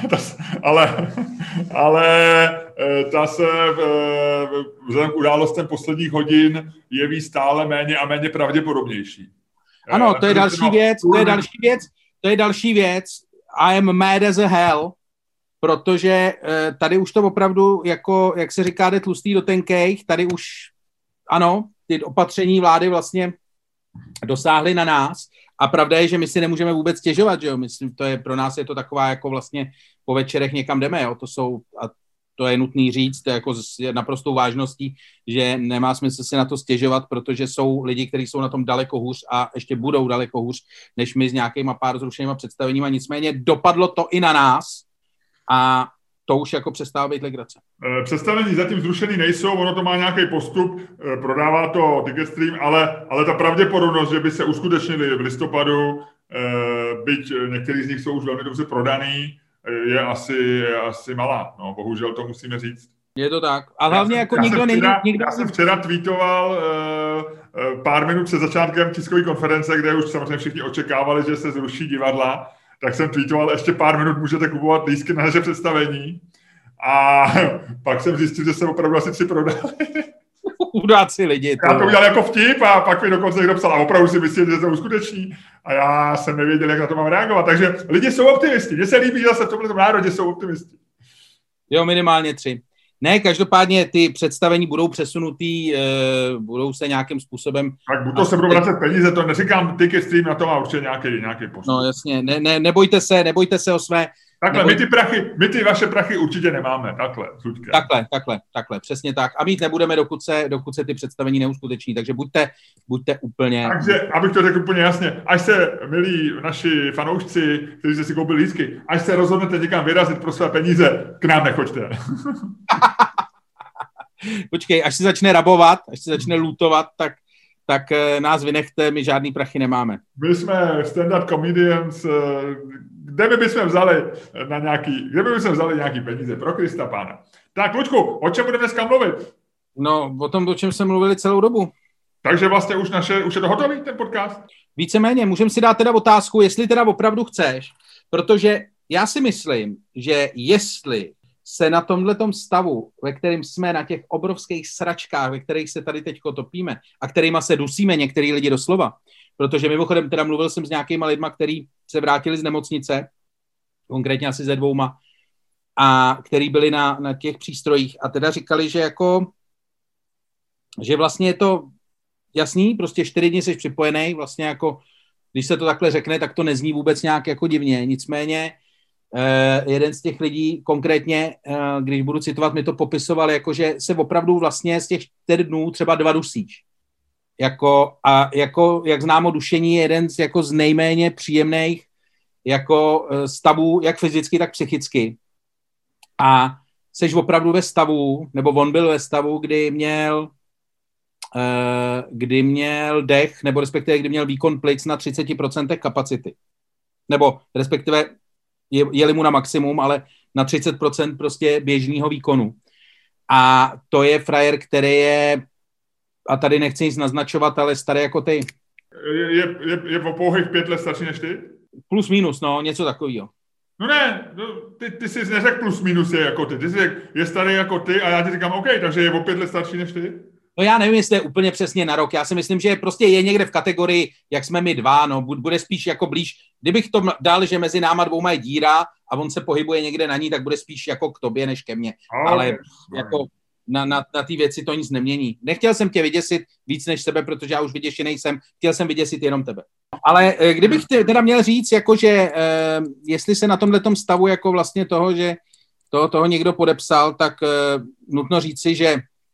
ale ta se vzhledem k událostem posledních hodin jeví stále méně a méně pravděpodobnější.
Ano, to je další věc. I am mad as a hell, protože tady už to opravdu, jako, jak se říká, jde tlustý do tenkejch, tady už, ano, ty opatření vlády vlastně dosáhly na nás a pravda je, že my si nemůžeme vůbec stěžovat, že jo, myslím, pro nás je to taková jako vlastně po večerech někam jdeme, jo, to je nutný říct, to je jako s naprostou vážností, že nemá smysl si na to stěžovat, protože jsou lidi, kteří jsou na tom daleko hůř a ještě budou daleko hůř, než my s nějakýma pár zrušenýma představeníma, nicméně dopadlo to i na nás a to už jako přestává být legrace.
Představení zatím zrušený nejsou, ono to má nějaký postup, prodává to Ticketstream, ale ta pravděpodobnost, že by se uskutečnili v listopadu, byť některý z nich jsou už velmi dobře prodaný, je asi malá. No, bohužel to musíme říct.
Je to tak. A hlavně jako nikdo...
Já jsem včera tweetoval pár minut před začátkem tiskové konference, kde už samozřejmě všichni očekávali, že se zruší divadla, tak jsem tweetoval, ještě pár minut můžete kupovat lístky na naše představení. A pak jsem zjistil, že jsem opravdu asi 3 prodali.
Chudáci lidi.
Já to udělal jako vtip a pak mi dokonce někdo psal a opravdu si myslel, že to uskuteční. A já jsem nevěděl, jak na to mám reagovat. Takže lidi jsou optimisti. Mně se líbí, že zase v tomhle národě jsou optimisti.
Jo, minimálně 3. Ne, každopádně ty představení budou přesunutý, budou se nějakým způsobem...
Tak buď to se budou vracet peníze, to neříkám, Ticketstream na to má určitě nějaký postup.
No jasně, nebojte se o své...
Takhle, my ty vaše prachy určitě nemáme,
takhle, přesně tak. A mít nebudeme, dokud se ty představení neuskuteční, takže buďte úplně...
Takže, abych to řekl úplně jasně, až se, milí naši fanoušci, kteří jste si koupili lístky, až se rozhodnete někam vyrazit pro své peníze, k nám nechoďte.
Počkej, až se začne rabovat, až se začne lootovat, tak nás vynechte, my žádný prachy nemáme.
My jsme stand-up comedians, kde by bychom vzali nějaký peníze pro Krista pána. Tak, Luďku, o čem budeme dneska mluvit?
No, o tom, o čem jsme mluvili celou dobu.
Takže vlastně už je to hotový, ten podcast?
Víceméně, můžeme si dát teda otázku, jestli teda opravdu chceš, protože já si myslím, že jestli se na tomhletom stavu, ve kterém jsme na těch obrovských sračkách, ve kterých se tady teďko topíme a kterýma se dusíme některý lidi doslova, protože mimochodem teda mluvil jsem s nějakýma lidma, kteří se vrátili z nemocnice, konkrétně asi se 2, a který byli na těch přístrojích a teda říkali, že vlastně je to jasný, prostě 4 dny jsi připojený, vlastně jako, když se to takhle řekne, tak to nezní vůbec nějak jako divně, nicméně jeden z těch lidí konkrétně, když budu citovat, mi to popisoval, jako že se opravdu vlastně z těch 4 dnů třeba 2 dusíš. Jak známo, dušení je jeden z nejméně příjemných jako stavů, jak fyzicky, tak psychicky. A seš opravdu ve stavu, nebo on byl ve stavu, kdy měl dech, nebo respektive kdy měl výkon plic na 30% kapacity. Nebo respektive jeli mu na maximum, ale na 30% prostě běžného výkonu. A to je frajer, který je, a tady nechci nic naznačovat, ale starý jako ty.
Je o pouhých 5 let starší než ty?
Plus minus, no, něco takového.
No ne, ty jsi neřekl plus minus je jako ty. Ty jsi řekl, je starý jako ty a já ti říkám, OK, takže je o 5 let starší než ty?
No já nevím, jestli je úplně přesně na rok. Já si myslím, že prostě je někde v kategorii, jak jsme my 2, no, bude spíš jako blíž. Kdybych to dal, že mezi náma 2 je díra a on se pohybuje někde na ní, tak bude spíš jako k tobě, než ke mně. Okay. Ale jako na ty věci to nic nemění. Nechtěl jsem tě vyděsit víc než sebe, protože já už vyděšený jsem, chtěl jsem vyděsit jenom tebe. Ale kdybych teda měl říct, jakože jestli se na tomhletom stavu jako vlastně toho, že toho někdo podepsal, tak nutno říci, že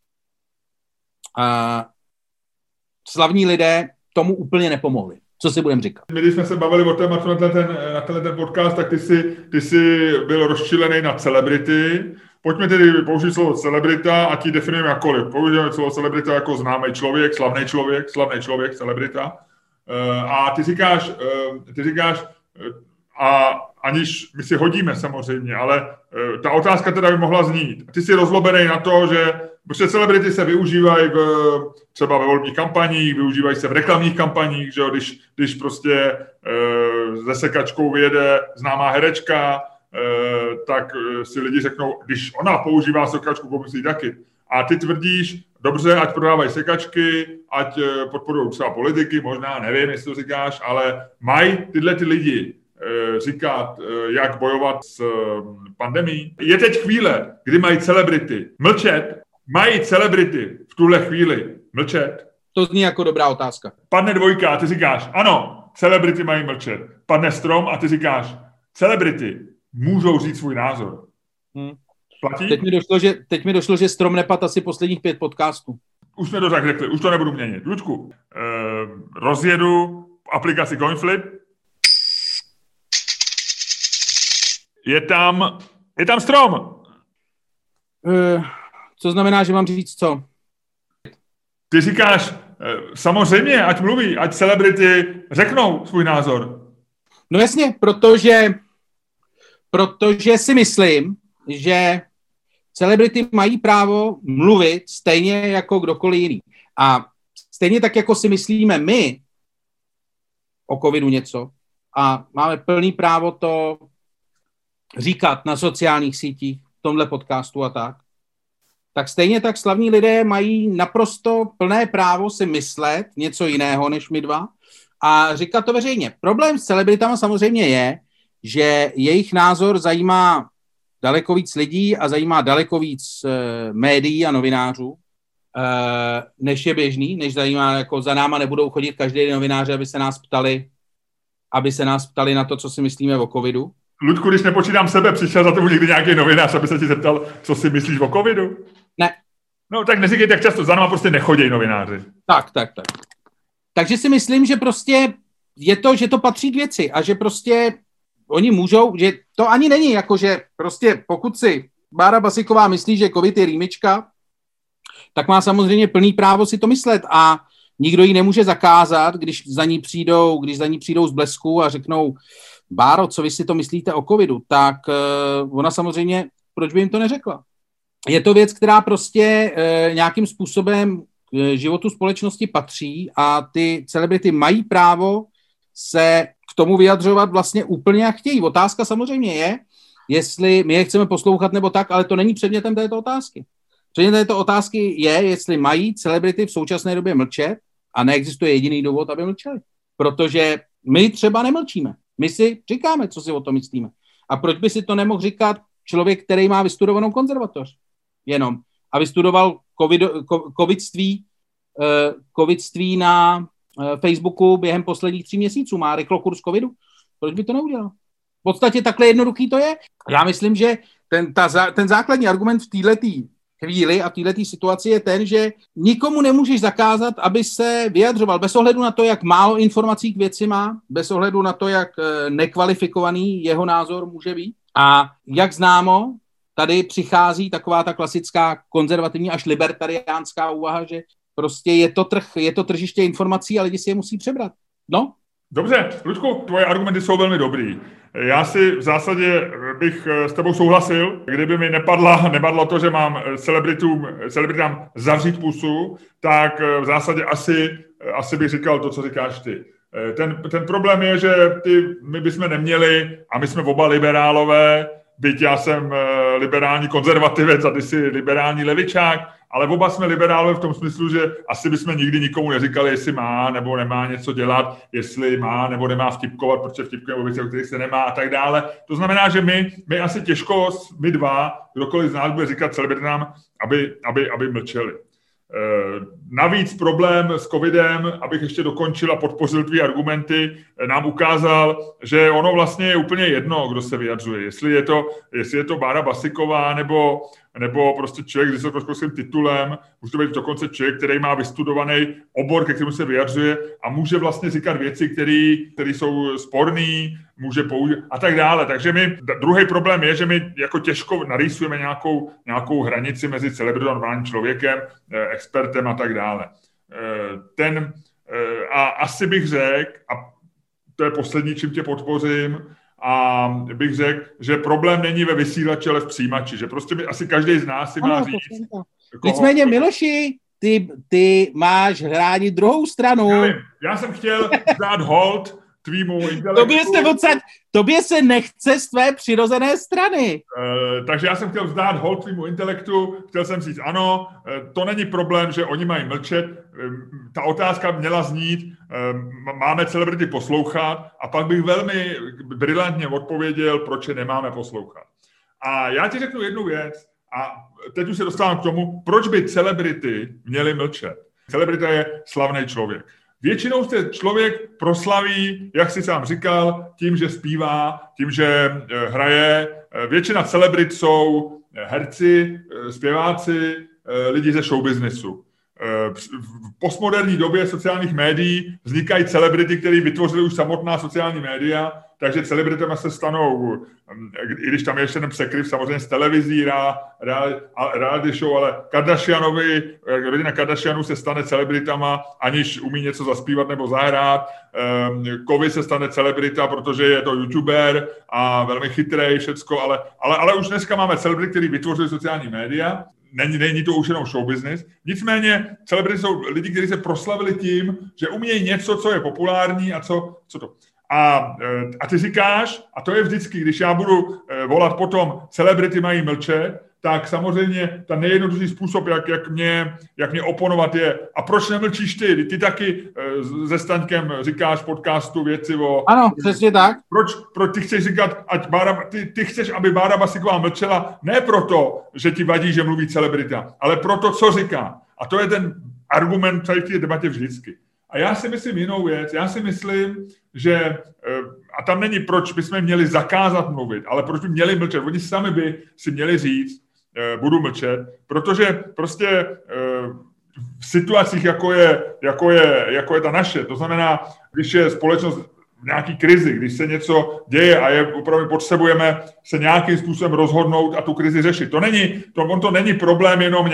slavní lidé tomu úplně nepomohli. Co si budeme říkat?
My, když jsme se bavili o tématu na tenhle podcast, tak ty jsi byl rozčilený na celebrity. Pojďme tedy použít slovo celebrita a ti definujeme jakkoliv. Použijeme slovo celebrita jako známý člověk, slavný člověk, celebrita. A ty říkáš, a aniž my si hodíme samozřejmě, ale ta otázka teda by mohla znít. Ty jsi rozlobený na to, že protože celebrity se využívají třeba ve volebních kampaních, využívají se v reklamních kampaních, že jo, když prostě se sekačkou vyjede známá herečka, tak si lidi řeknou, když ona používá sekačku, pomyslí taky. A ty tvrdíš, dobře, ať prodávají sekačky, ať podporují třeba politiky, možná, nevím, jestli to říkáš, ale mají tyhle ty lidi říkat, jak bojovat s pandemií. Je teď chvíle, kdy mají celebrity mlčet, mají celebrity v tuhle chvíli mlčet?
To zní jako dobrá otázka.
Padne dvojka a ty říkáš, ano, celebrity mají mlčet. Padne strom a ty říkáš, celebrity můžou říct svůj názor. Platí?
Teď mi došlo, že strom nepad asi posledních 5 podcastů.
Už jsme to tak řekli, už to nebudu měnit. Lučku, rozjedu aplikaci Coinflip. Je tam strom.
Co znamená, že mám říct co?
Ty říkáš, samozřejmě, ať mluví, ať celebrity řeknou svůj názor.
No jasně, protože si myslím, že celebrity mají právo mluvit stejně jako kdokoliv jiný. A stejně tak, jako si myslíme my o covidu něco a máme plný právo to říkat na sociálních sítích, v tomhle podcastu a tak stejně tak slavní lidé mají naprosto plné právo si myslet něco jiného než my dva a říkat to veřejně. Problém s celebritama samozřejmě je, že jejich názor zajímá daleko víc lidí a zajímá daleko víc médií a novinářů, než je běžný, než zajímá, jako za náma nebudou chodit každý novináři, aby se nás ptali na to, co si myslíme o covidu.
Luďku, když nepočítám sebe, přišel za tebou někdy nějaký novinář, aby se ti zeptal, co si myslíš o covidu?
Ne.
No tak neříkej tak často, za náma prostě nechodí novináři.
Tak. Takže si myslím, že prostě je to, že to patří k věci a že prostě oni můžou, že to ani není jako, že prostě pokud si Bára Basiková myslí, že covid je rýmička, tak má samozřejmě plný právo si to myslet a nikdo jí nemůže zakázat, když za ní přijdou z Blesku a řeknou, Báro, co vy si to myslíte o covidu, tak ona samozřejmě, proč by jim to neřekla? Je to věc, která prostě nějakým způsobem k životu společnosti patří a ty celebrity mají právo se k tomu vyjadřovat vlastně úplně jak chtějí. Otázka samozřejmě je, jestli my je chceme poslouchat nebo tak, ale to není předmětem této otázky. Předmětem této otázky je, jestli mají celebrity v současné době mlčet a neexistuje jediný důvod, aby mlčeli. Protože my třeba nemlčíme. My si říkáme, co si o tom myslíme. A proč by si to nemohl říkat člověk, který má vystudovanou konzervatoř? Jenom. A vystudoval covidství na Facebooku během posledních 3 měsíců. Má rychlokurs covidu. Proč by to neudělal? V podstatě takhle jednoduchý to je. Já myslím, že ten základní argument v této chvíli a v této situaci je ten, že nikomu nemůžeš zakázat, aby se vyjadřoval bez ohledu na to, jak málo informací k věci má, bez ohledu na to, jak nekvalifikovaný jeho názor může být. A jak známo, tady přichází taková ta klasická konzervativní až libertariánská úvaha, že prostě je to tržiště informací a lidi si je musí přebrat. No?
Dobře, Luďku, tvoje argumenty jsou velmi dobrý. Já si v zásadě bych s tebou souhlasil, kdyby mi nepadlo to, že mám celebritám zavřít pusu, tak v zásadě asi bych říkal to, co říkáš ty. Ten problém je, že my bychom neměli, a my jsme oba liberálové, byť já jsem liberální konzervativec a ty jsi liberální levičák, ale oba jsme liberálové v tom smyslu, že asi bychom nikdy nikomu neříkali, jestli má nebo nemá něco dělat, jestli má nebo nemá vtipkovat, protože vtipkujeme o věcech, o kterých se nemá a tak dále. To znamená, že my asi těžko, my dva, kdokoliv z nás bude říkat celebritám, aby mlčeli. Navíc problém s covidem, abych ještě dokončil a podpořil tvý argumenty, nám ukázal, že ono vlastně je úplně jedno, kdo se vyjadřuje. Jestli je to Bára Basiková nebo prostě člověk s vysokoškolským titulem, může to být dokonce člověk, který má vystudovaný obor, ke kterému se vyjadřuje a může vlastně říkat věci, které jsou sporný, může použít a tak dále. Takže druhý problém je, že my jako těžko narýsujeme nějakou hranici mezi celebritou a normálním člověkem, expertem a tak dále. A asi bych řekl, a to je poslední, čím tě podpořím, a bych řekl, že problém není ve vysílači, ale v přijímači, že prostě asi každý z nás si má říct.
Nicméně, Miloši, ty máš hránit druhou stranu.
Já jsem chtěl dát hold tvýmu intelektu.
Tobě se nechce z tvé přirozené strany.
Takže já jsem chtěl vzdát hold tvýmu intelektu, chtěl jsem říct ano, to není problém, že oni mají mlčet. Ta otázka měla znít, máme celebrity poslouchat a pak bych velmi brilantně odpověděl, proč je nemáme poslouchat. A já ti řeknu jednu věc a teď už se dostávám k tomu, proč by celebrity měly mlčet. Celebrita je slavný člověk. Většinou se člověk proslaví, jak jsi sám říkal, tím, že zpívá, tím, že hraje. Většina celebrit jsou herci, zpěváci, lidi ze showbiznesu. V postmoderní době sociálních médií vznikají celebrity, které vytvořily už samotná sociální média, takže celebritama se stanou, i když tam je ještě ten překryv samozřejmě z televizí, reality show, ale rodina Kardashianů se stane celebritama, aniž umí něco zaspívat nebo zahrát. Kovy se stane celebrita, protože je to youtuber a velmi chytrý všecko, ale už dneska máme celebrity, který vytvořili sociální média. Není to už jenom show business. Nicméně celebrity jsou lidi, kteří se proslavili tím, že umějí něco, co je populární a co to. A ty říkáš, a to je vždycky, když já budu volat potom celebrity mají mlčet, tak samozřejmě ten nejjednodušší způsob, jak mě oponovat je, a proč nemlčíš ty? Ty taky se Staňkem říkáš v podcastu věci o...
Ano, přesně tak.
Proč ty chceš říkat, ty chceš, aby Bára Basiková mlčela, ne proto, že ti vadí, že mluví celebrita, ale proto, co říká. A to je ten argument tady v té debatě vždycky. A já si myslím jinou věc. Já si myslím, že, a tam není, proč bychom měli zakázat mluvit, ale proč by měli mlčet. Oni sami by si měli říct, budu mlčet, protože prostě v situacích, jako je ta naše, to znamená, když je společnost v nějaký krizi, když se něco děje a opravdu potřebujeme se nějakým způsobem rozhodnout a tu krizi řešit. To není problém jenom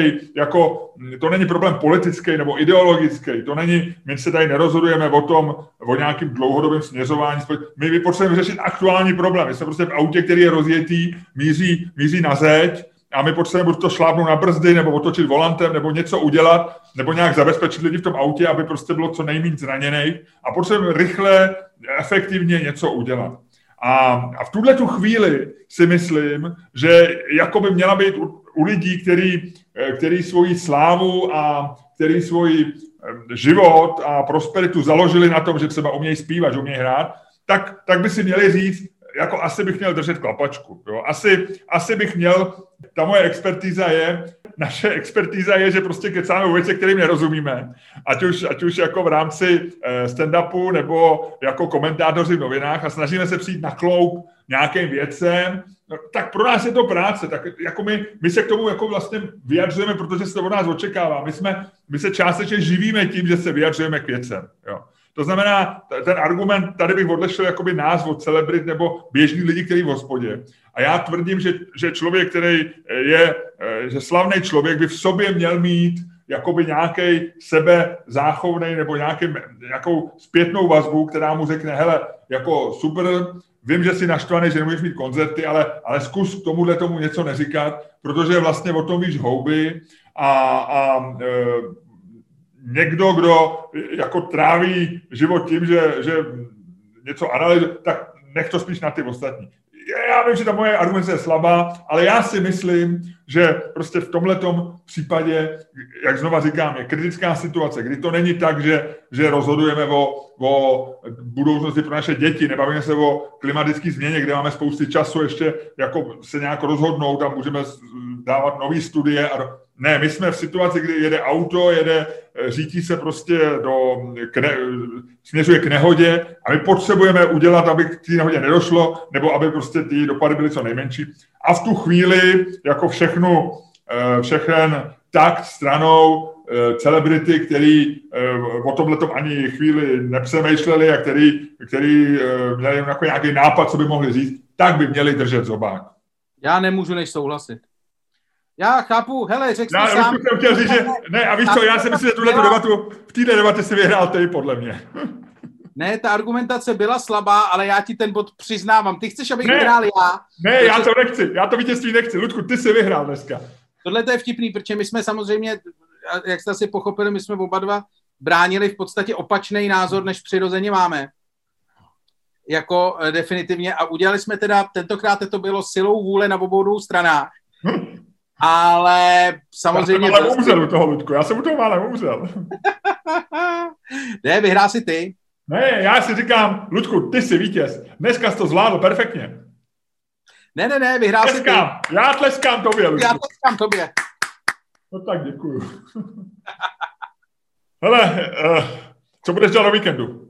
to není problém politický nebo ideologický, my se tady nerozhodujeme o nějakým dlouhodobém směřování. My potřebujeme řešit aktuální problém. My jsme prostě v autě, který je rozjetý, míří na zeď, a my potřebujeme buď to šlápnout na brzdy, nebo otočit volantem, nebo něco udělat, nebo nějak zabezpečit lidi v tom autě, aby prostě bylo co nejméně zraněných. A potřebujeme rychle, efektivně něco udělat. A v tuhletu chvíli si myslím, že jako by měla být u lidí, který svoji slávu a který svůj život a prosperitu založili na tom, že třeba umějí zpívat, že umějí hrát, tak by si měli říct, jako asi bych měl držet klapačku. Jo? Asi bych měl, naše expertíza je, že prostě kecáme o věcech, kterým nerozumíme. Ať už jako v rámci stand-upu nebo jako komentátoři v novinách a snažíme se přijít na kloup nějakým věcem, tak pro nás je to práce. Tak jako my se k tomu jako vlastně vyjadřujeme, protože se to od nás očekává. My se částečně živíme tím, že se vyjadřujeme k věcem. Jo. To znamená, ten argument, tady bych odlišil jakoby nás od celebrit nebo běžný lidi, který v hospodě. A já tvrdím, že člověk, který že slavný člověk by v sobě měl mít jakoby nějaký sebezáchovnej nebo nějakou zpětnou vazbu, která mu řekne, hele, jako super, vím, že jsi naštvaný, že nemůžeš mít koncerty, ale zkus tomu něco neříkat, protože vlastně o tom víš houby a někdo, kdo jako tráví život tím, že něco analyzuje, tak nech to spíš na ty ostatní. já vím, že ta moje argumentace je slabá, ale já si myslím, že prostě v tomhletom případě, jak znova říkám, je kritická situace, kdy to není tak, že rozhodujeme o budoucnosti pro naše děti, nebavíme se o klimatické změně, kde máme spousty času ještě jako se nějak rozhodnout a můžeme dávat nové studie. Ne, my jsme v situaci, kdy jede auto, řítí se prostě směřuje k nehodě a my potřebujeme udělat, aby k té nehodě nedošlo, nebo aby prostě ty dopady byly co nejmenší. A v tu chvíli, jako všechen takt stranou celebrity, který o tomhletom ani chvíli nepřemýšleli a který měli jako nějaký nápad, co by mohli říct, tak by měli držet zobák.
Já nemůžu než souhlasit. Já chápu, hele, řekl jsi sám.
Já chtěl říct, že ne, a víš co, já si myslím, že v této debatě si vyhrál ty, podle mě.
Ne, ta argumentace byla slabá, ale já ti ten bod přiznávám. Ty chceš, abych vyhrál já?
Ne, já to nechci, já to vítězství nechci. Ludku, ty jsi vyhrál dneska.
Tohle to je vtipný, protože my jsme samozřejmě, jak jste si pochopili, my jsme oba dva bránili v podstatě opačný názor, než přirozeně máme. Jako definitivně. A udělali jsme teda, tentokrát to bylo silou vůle na obou stranách. Ale samozřejmě...
Já jsem ale umřel u toho, Ludku, já jsem u toho málem umřel.
Ne, vyhrál si ty.
Ne, já si říkám, Ludku, ty jsi vítěz. Dneska jsi to zvládl perfektně.
Ne, vyhrál si ty.
Já tleskám tobě, Ludku.
Já tleskám tobě.
No tak děkuju. Hele, co budeš dělat o víkendu?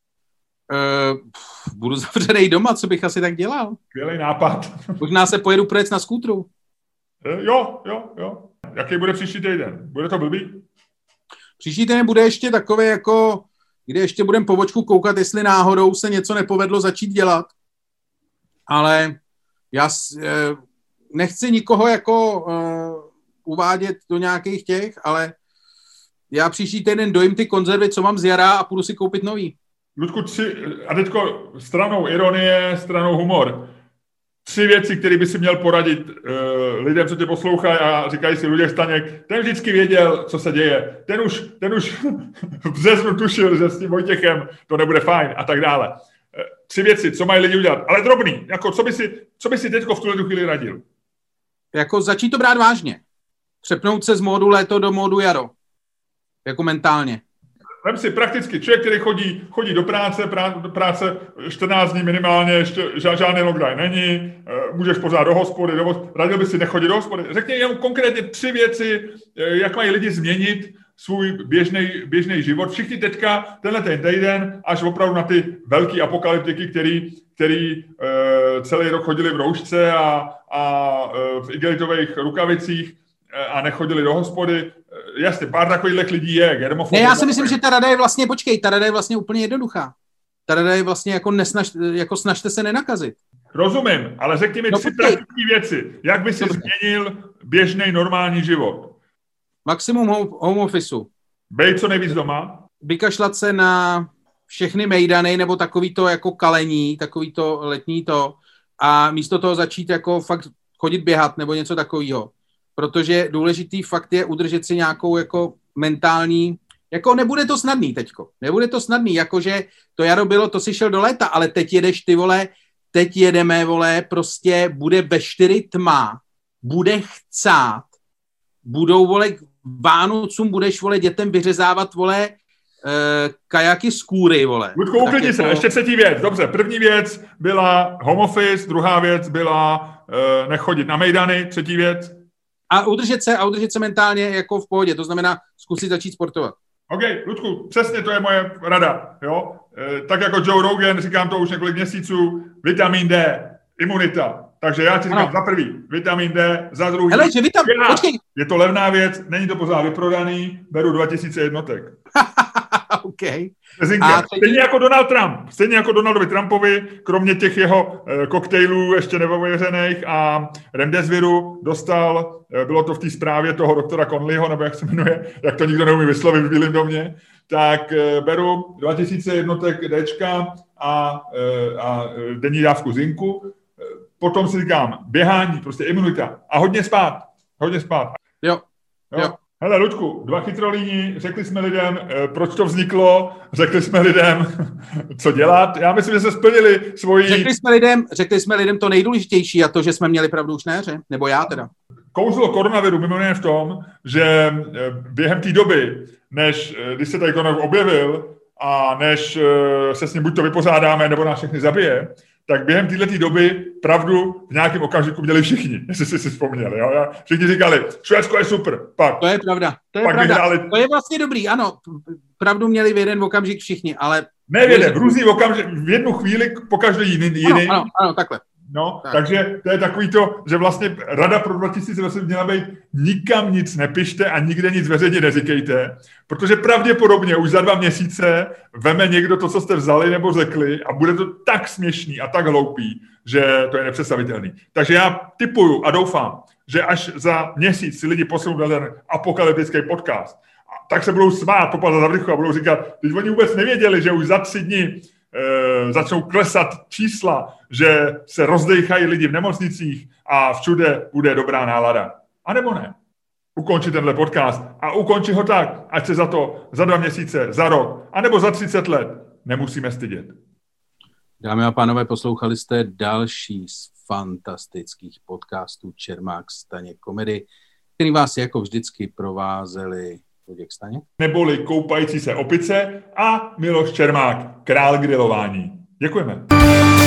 Budu zavřenej doma, co bych asi tak dělal.
Skvělej nápad.
Možná se pojedu projet na skútru.
Jo. Jaký bude příští týden? Bude to blbý?
Příští týden bude ještě takový, jako, kde ještě budeme po bočku koukat, jestli náhodou se něco nepovedlo začít dělat. Ale já nechci nikoho jako uvádět do nějakých těch, ale já příští týden dojím ty konzervy, co mám z jara a půjdu si koupit nový.
Ludku, a teďko stranou ironie, stranou humor. 3 věci, které by si měl poradit lidem, co tě poslouchají a říkají si Luděk Staněk, ten vždycky věděl, co se děje. Ten už v březnu tušil, že s tím Vojtěchem to nebude fajn a tak dále. 3 věci, co mají lidi udělat, ale drobný. Jako, co by si teďko v tuhle chvíli radil? Jako
začít to brát vážně. Přepnout se z módu léto do módu jaro. Jako mentálně.
Vem si prakticky člověk, který chodí do práce 14 dní minimálně, ještě žádný lockdown není, můžeš pořád do hospody, radil by si nechodit do hospody. Řekni jenom konkrétně 3 věci, jak mají lidi změnit svůj běžný život. Všichni teďka, tenhle týden, až opravdu na ty velký apokalyptiky, který celý rok chodili v roušce a v igelitových rukavicích a nechodili do hospody. Jasně, pár takových lidí je.
Ne, já si myslím, že ta rada je vlastně, ta rada je vlastně úplně jednoduchá. Ta rada je vlastně jako snažte se nenakazit.
Rozumím, ale řekni mi 3 praktické věci. Jak by si změnil běžný normální život?
Maximum home officeu.
Bej co nejvíc doma.
Vykašlat se na všechny mejdany nebo takový to jako kalení, takový to letní to a místo toho začít jako fakt chodit běhat nebo něco takového. Protože důležitý fakt je udržet si nějakou jako mentální, jako nebude to snadný teďko, nebude to snadný, jakože to jaro bylo, to si šel do léta, ale teď jedeš ty vole, teď jedeme vole, prostě bude ve 4 tma, bude chcát, budou vole Vánocům, budeš vole dětem vyřezávat vole kajaky z kůry, vole.
Ludku, uklidni se, ještě 3. věc, dobře, 1. věc byla home office, 2. věc byla nechodit na mejdany, 3. věc.
A udržet se mentálně jako v pohodě, to znamená zkusit začít sportovat.
OK, Ludku, přesně to je moje rada, jo. Tak jako Joe Rogan, říkám to už několik měsíců, vitamin D, imunita. Takže já ti říkám za prvý, vitamin D, za druhý.
Hele, že
počkej. Je to levná věc, není to pořád vyprodaný, beru 2000 jednotek.
OK.
Stejně jako Donald Trump, stejně jako Donaldovi Trumpovi, kromě těch jeho koktejlů ještě neověřených a remdesiviru dostal, bylo to v té zprávě toho doktora Conleyho, nebo jak se jmenuje, jak to nikdo neumí vyslovit v Bílém domě, tak beru 2000 jednotek Dčka a denní dávku zinku. Potom si říkám, běhání, prostě imunita a hodně spát.
Jo.
Hele, Luďku, 2 chytrolíni, řekli jsme lidem, proč to vzniklo, řekli jsme lidem, co dělat. Já myslím, že se splnili svoji...
Řekli jsme lidem to nejdůležitější a to, že jsme měli pravdu už na jaře, nebo já teda.
Kouzlo koronaviru mimo jiné v tom, že během té doby, když se tady koronavirus objevil a než se s ním buď to vypořádáme, nebo nás všechny zabije, tak během této doby pravdu v nějakém okamžiku měli všichni, jestli jsi si vzpomněli. Jo? Všichni říkali, Švédsko je super, pak.
To je pravda, To je vlastně dobrý, ano. Pravdu měli v jeden okamžik všichni, ale...
Ne v jeden, v různý okamžik, v jednu chvíli po každý jiný.
Ano, takhle.
No, tak. Takže to je takový to, že vlastně Rada pro 2020 měla být nikam nic nepište a nikde nic veřejně neříkejte, protože pravděpodobně už za 2 měsíce veme někdo to, co jste vzali nebo řekli a bude to tak směšný a tak hloupý, že to je nepředstavitelný. Takže já tipuju a doufám, že až za měsíc si lidi posunou na ten apokalyptický podcast, tak se budou smát, popadat za vrychu a budou říkat, když oni vůbec nevěděli, že už za 3 dny začnou klesat čísla, že se rozdejchají lidi v nemocnicích a všude bude dobrá nálada. A nebo ne. Ukončit tenhle podcast a ukončit ho tak, ať se za to za 2 měsíce, za rok, anebo za 30 let nemusíme stydět.
Dámy a pánové, poslouchali jste další z fantastických podcastů Čermák Staněk Komedy, který vás jako vždycky provázeli Luděk Staněk,
neboli Koupající se opice a Miloš Čermák, král grilování. Děkujeme.